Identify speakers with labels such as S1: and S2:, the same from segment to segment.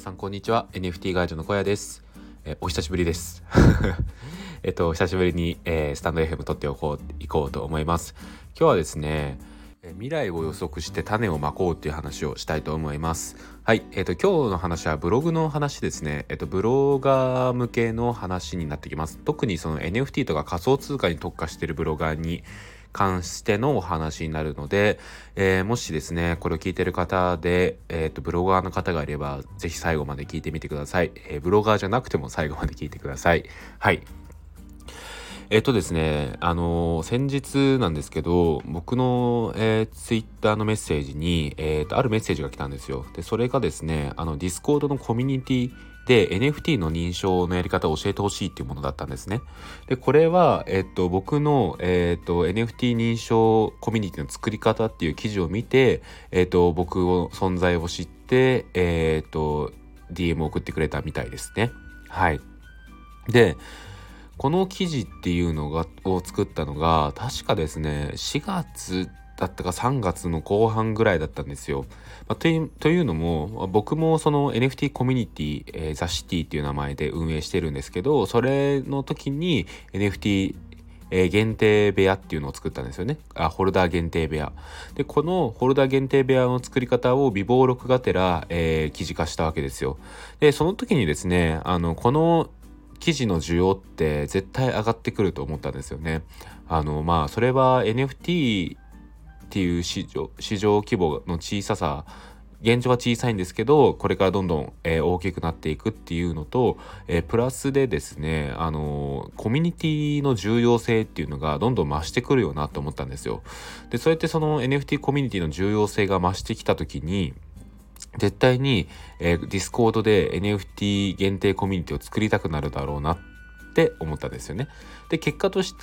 S1: さんこんにちは。 NFT ガイドの小屋です。お久しぶりです。久しぶりに、スタンド FM 撮っていこうと思います。今日はですね、未来を予測して種をまこうという話をしたいと思います。はい、今日の話はブログの話ですね。ブロガー向けの話になってきます。特にその NFT とか仮想通貨に特化しているブロガーに関してのお話になるので、もしですねこれを聞いている方で、ブロガーの方がいればぜひ最後まで聞いてみてください。ブロガーじゃなくても最後まで聞いてください。はい。ですね、先日なんですけど、僕の、ツイッターのメッセージに、あるメッセージが来たんですよ。で、それがですね、ディスコードのコミュニティで NFT の認証のやり方を教えてほしいっていうものだったんですね。で、これは、僕の、NFT 認証コミュニティの作り方っていう記事を見て、僕の存在を知って、DM を送ってくれたみたいですね。はい。で、この記事っていうのを作ったのが確かですね4月だったか3月の後半ぐらいだったんですよ。というのも僕もその NFT コミュニティ、ザ・シティっていう名前で運営してるんですけど、それの時に NFT限定部屋っていうのを作ったんですよね。ホルダー限定部屋で、このホルダー限定部屋の作り方を微暴録がてら、記事化したわけですよ。でその時にですねこの記事の需要って絶対上がってくると思ったんですよね。それは NFT っていう市場規模の小ささ、現状は小さいんですけどこれからどんどん、大きくなっていくっていうのと、プラスでですねコミュニティの重要性っていうのがどんどん増してくるよなと思ったんですよ。でそうやってその NFT コミュニティの重要性が増してきた時に絶対に、ディスコードで NFT 限定コミュニティを作りたくなるだろうなって思ったんですよね。で結果として、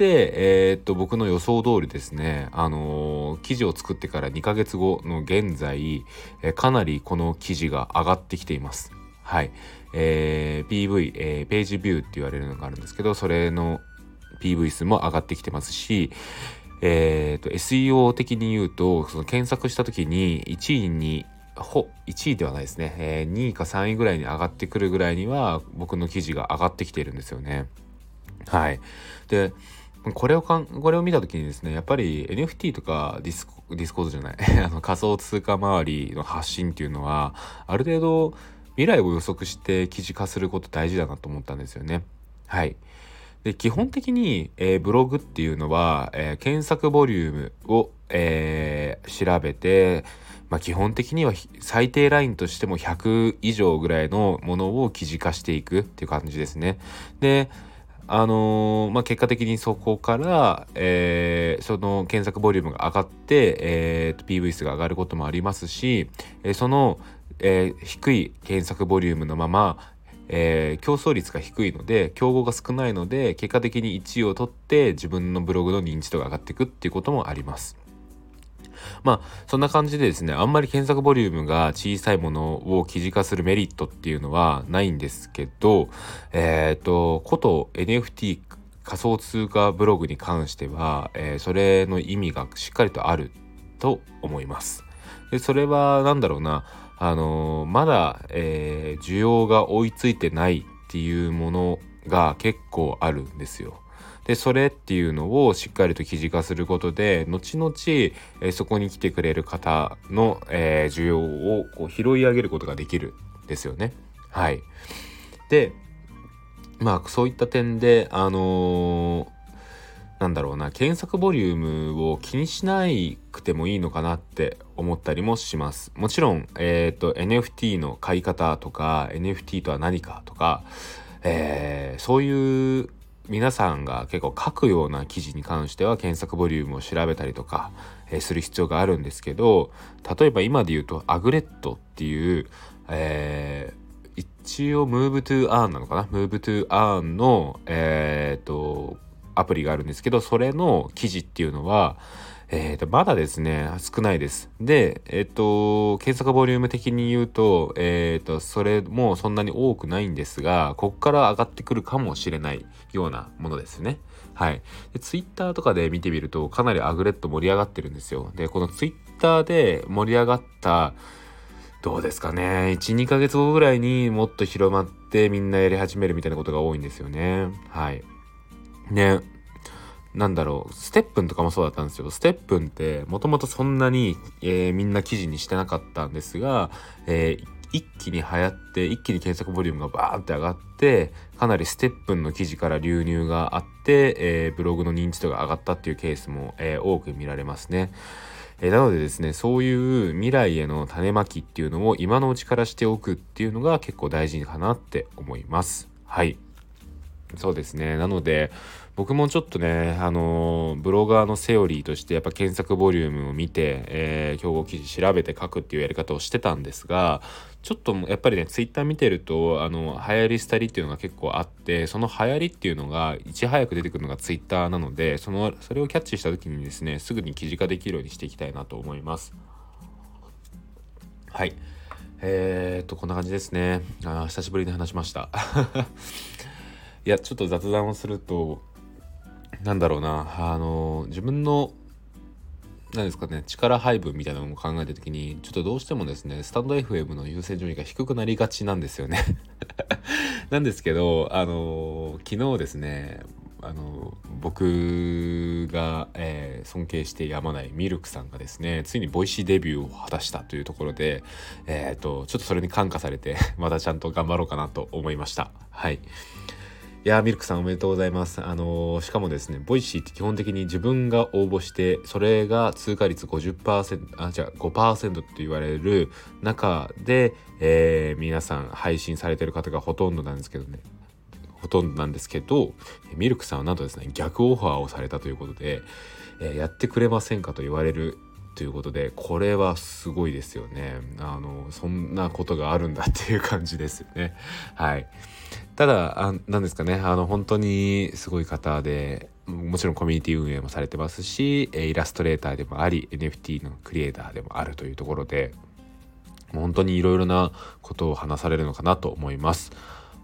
S1: 僕の予想通りですね、記事を作ってから2ヶ月後の現在、かなりこの記事が上がってきています。はい。PV、ページビューって言われるのがあるんですけど、それの PV 数も上がってきてますし、SEO 的に言うとその検索した時に1位ではないですね、2位か3位ぐらいに上がってくるぐらいには僕の記事が上がってきているんですよね。はい。でこれを見た時にですねやっぱり NFT とかディスコードじゃない仮想通貨周りの発信っていうのはある程度未来を予測して記事化すること大事だなと思ったんですよね。はい。で基本的に、ブログっていうのは、検索ボリュームを、調べて、基本的には最低ラインとしても100以上ぐらいのものを記事化していくっていう感じですね。で結果的にそこから、その検索ボリュームが上がって、PV 数が上がることもありますし、低い検索ボリュームのまま競争率が低いので競合が少ないので結果的に1位を取って自分のブログの認知度が上がっていくっていうこともあります。そんな感じでですねあんまり検索ボリュームが小さいものを記事化するメリットっていうのはないんですけどこと NFT 仮想通貨ブログに関しては、それの意味がしっかりとあると思います。でそれはなんだろうなまだ、需要が追いついてないっていうものが結構あるんですよ。でそれっていうのをしっかりと記事化することで後々、そこに来てくれる方の、需要をこう拾い上げることができるんですよね。はい。でそういった点でなんだろうな検索ボリュームを気にしなくてもいいのかなって思ったりもします。もちろん、NFT の買い方とか NFT とは何かとか、そういう皆さんが結構書くような記事に関しては検索ボリュームを調べたりとか、する必要があるんですけど、例えば今で言うとアグレットっていう、一応 Move to Earn なのかな Move to Earn のアプリがあるんですけど、それの記事っていうのはまだですね少ないです。で検索ボリューム的に言うとそれもそんなに多くないんですが、ここから上がってくるかもしれないようなものですね。はい。でツイッターとかで見てみるとかなりアグレット盛り上がってるんですよ。でこのツイッターで盛り上がったどうですかね。1、2ヶ月後ぐらいにもっと広まってみんなやり始めるみたいなことが多いんですよね。はい。ね。なんだろう、ステップンとかもそうだったんですよ。ステップンってもともとそんなに、みんな記事にしてなかったんですが、一気に流行って一気に検索ボリュームがバーンって上がって、かなりステップンの記事から流入があって、ブログの認知度が上がったっていうケースも、多く見られますね。なのでですね、そういう未来への種まきっていうのを今のうちからしておくっていうのが結構大事かなって思います。はい。そうですね。なので、僕もちょっとね、ブロガーのセオリーとしてやっぱ検索ボリュームを見て、競合記事調べて書くっていうやり方をしてたんですが、ちょっとやっぱりね、ツイッター見てると、流行り廃りっていうのが結構あって、その流行りっていうのがいち早く出てくるのがツイッターなので、それをキャッチした時にですね、すぐに記事化できるようにしていきたいなと思います。はい。こんな感じですね。久しぶりに話しました。いや、ちょっと雑談をすると、なんだろうな、自分の、何ですかね、力配分みたいなのを考えた時に、ちょっとどうしてもですね、スタンド FM の優先順位が低くなりがちなんですよね。なんですけど、昨日ですね、僕が、尊敬してやまないミルクさんがですね、ついにボイシーデビューを果たしたというところで、ちょっとそれに感化されてまたちゃんと頑張ろうかなと思いました。はい。いやー、ミルクさんおめでとうございます。しかもですね、ボイシーって基本的に自分が応募して、それが通過率50%、5% と言われる中で、皆さん配信されてる方がほとんどなんですけど、ミルクさんはなんとですね、逆オファーをされたということで、やってくれませんかと言われるということで、これはすごいですよね。そんなことがあるんだっていう感じですよね。はい。ただなんですかね、本当にすごい方で、もちろんコミュニティ運営もされてますし、イラストレーターでもあり NFT のクリエイターでもあるというところで、もう本当にいろいろなことを話されるのかなと思います。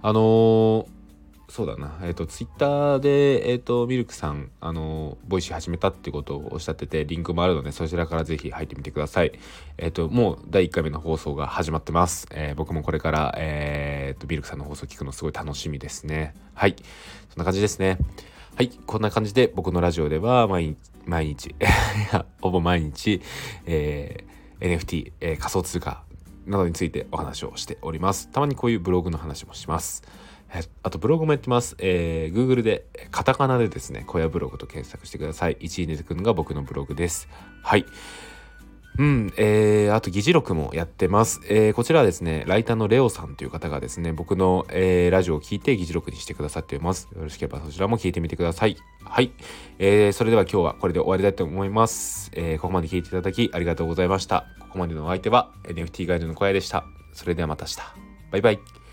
S1: そうだな、ツイッターで、ミルクさん、ボイシー始めたってことをおっしゃってて、リンクもあるので、そちらからぜひ入ってみてください。もう第1回目の放送が始まってます。僕もこれから、ミルクさんの放送聞くのすごい楽しみですね。はい。そんな感じですね。はい。こんな感じで僕のラジオでは毎日、いやほぼ毎日、NFT、仮想通貨などについてお話をしております。たまにこういうブログの話もします。あとブログもやってます。Google でカタカナでですね、小屋ブログと検索してください。1位に出てくるのが僕のブログです。はい。あと議事録もやってます。こちらはですね、ライターのレオさんという方がですね、僕の、ラジオを聞いて議事録にしてくださっています。よろしければそちらも聞いてみてください。はい。それでは今日はこれで終わりたいと思います。ここまで聞いていただきありがとうございました。ここまでのお相手は NFT ガイドの小屋でした。それではまた明日。バイバイ。